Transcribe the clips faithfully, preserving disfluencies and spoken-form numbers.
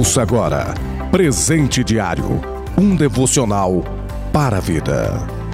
Ouça agora Presente Diário, um devocional para a vida.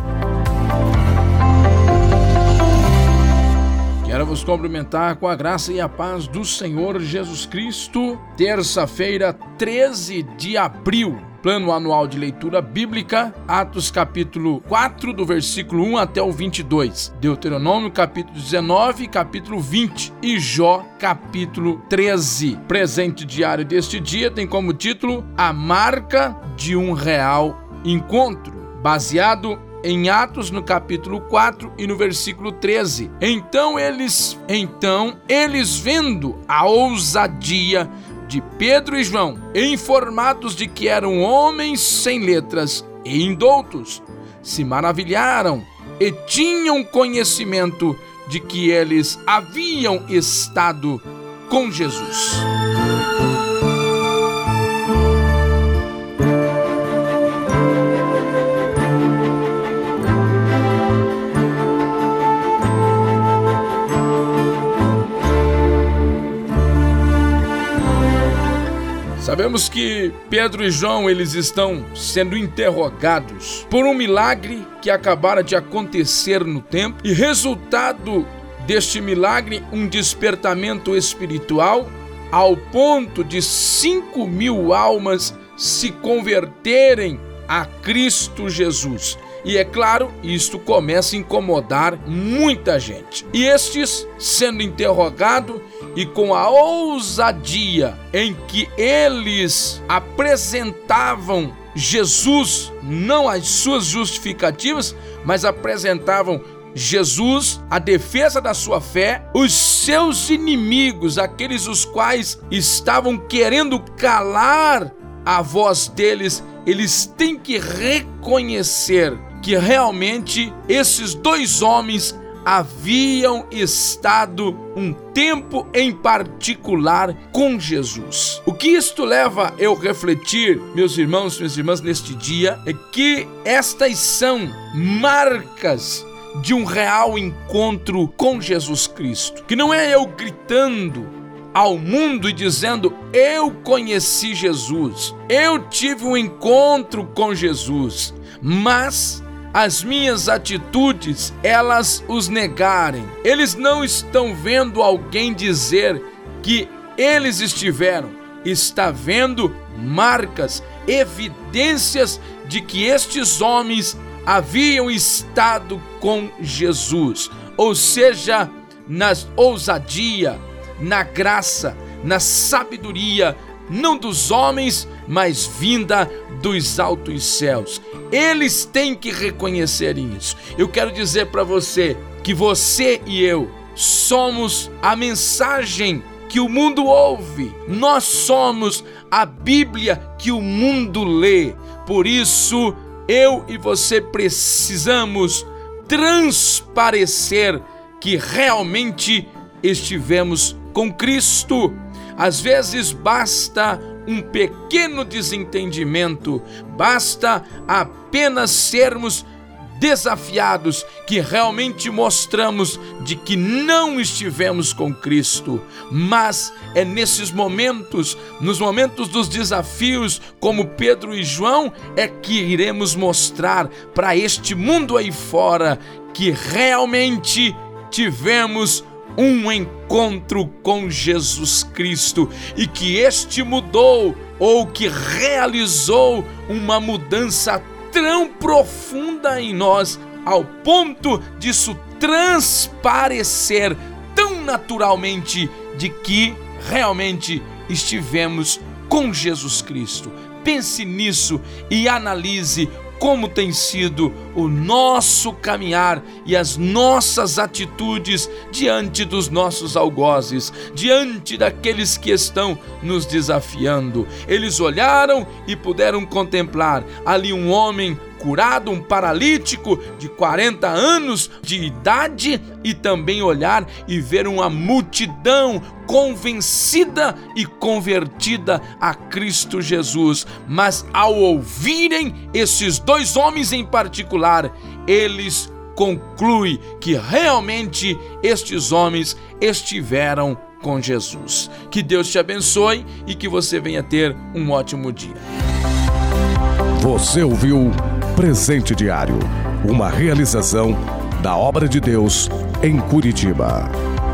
Quero vos cumprimentar com a graça e a paz do Senhor Jesus Cristo. Terça-feira, treze de abril. Plano anual de leitura bíblica, Atos capítulo quatro, do versículo um até o vinte e dois. Deuteronômio capítulo dezenove, capítulo vinte e Jó capítulo treze. Presente diário deste dia tem como título A Marca de um Real Encontro, baseado em Atos no capítulo quatro e no versículo treze. Então eles, então eles vendo a ousadia de Pedro e João, informados de que eram homens sem letras e indoutos, se maravilharam e tinham conhecimento de que eles haviam estado com Jesus. Sabemos que Pedro e João, eles estão sendo interrogados por um milagre que acabara de acontecer no templo, e resultado deste milagre, um despertamento espiritual ao ponto de cinco mil almas se converterem a Cristo Jesus. E é claro, isto começa a incomodar muita gente. E estes, sendo interrogados e com a ousadia em que eles apresentavam Jesus, não as suas justificativas, mas apresentavam Jesus, a defesa da sua fé, os seus inimigos, aqueles os quais estavam querendo calar a voz deles, eles têm que reconhecer que realmente esses dois homens haviam estado um tempo em particular com Jesus. O que isto leva eu refletir, meus irmãos e minhas irmãs, neste dia, é que estas são marcas de um real encontro com Jesus Cristo. Que não é eu gritando ao mundo e dizendo: eu conheci Jesus, eu tive um encontro com Jesus, mas as minhas atitudes, elas os negarem. Eles não estão vendo alguém dizer que eles estiveram. Está vendo marcas, evidências de que estes homens haviam estado com Jesus. Ou seja, na ousadia, na graça, na sabedoria, não dos homens, mas vinda dos altos céus. Eles têm que reconhecer isso. Eu quero dizer para você que você e eu somos a mensagem que o mundo ouve. Nós somos a Bíblia que o mundo lê. Por isso, eu e você precisamos transparecer que realmente estivemos com Cristo. Às vezes basta um pequeno desentendimento, basta apenas sermos desafiados que realmente mostramos de que não estivemos com Cristo. Mas é nesses momentos, nos momentos dos desafios, como Pedro e João, é que iremos mostrar para este mundo aí fora que realmente tivemos um encontro com Jesus Cristo e que este mudou, ou que realizou uma mudança tão profunda em nós, ao ponto disso transparecer tão naturalmente de que realmente estivemos com Jesus Cristo. Pense nisso e analise como tem sido o nosso caminhar e as nossas atitudes diante dos nossos algozes, diante daqueles que estão nos desafiando. Eles olharam e puderam contemplar ali um homem curado, um paralítico de quarenta anos de idade, e também olhar e ver uma multidão convencida e convertida a Cristo Jesus. Mas ao ouvirem esses dois homens em particular, eles concluem que realmente estes homens estiveram com Jesus. Que Deus te abençoe e que você venha ter um ótimo dia. Você ouviu Presente Diário, uma realização da Obra de Deus em Curitiba.